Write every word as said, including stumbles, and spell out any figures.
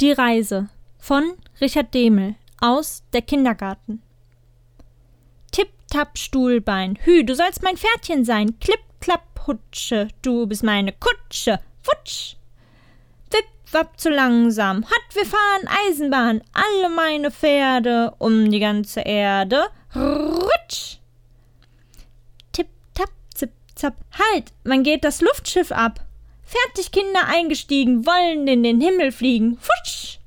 Die Reise von Richard Dehmel aus Der Kindergarten. Tipp, tapp, Stuhlbein, hü, du sollst mein Pferdchen sein. Klipp, klapp, Hutsche, du bist meine Kutsche. Futsch! Wipp, wapp, zu langsam. Hat, wir fahren Eisenbahn. Alle meine Pferde um die ganze Erde. Rutsch! Tipp, tapp, zip, zapp. Halt, wann geht das Luftschiff ab? Fertig, Kinder eingestiegen, wollen in den Himmel fliegen. Futsch!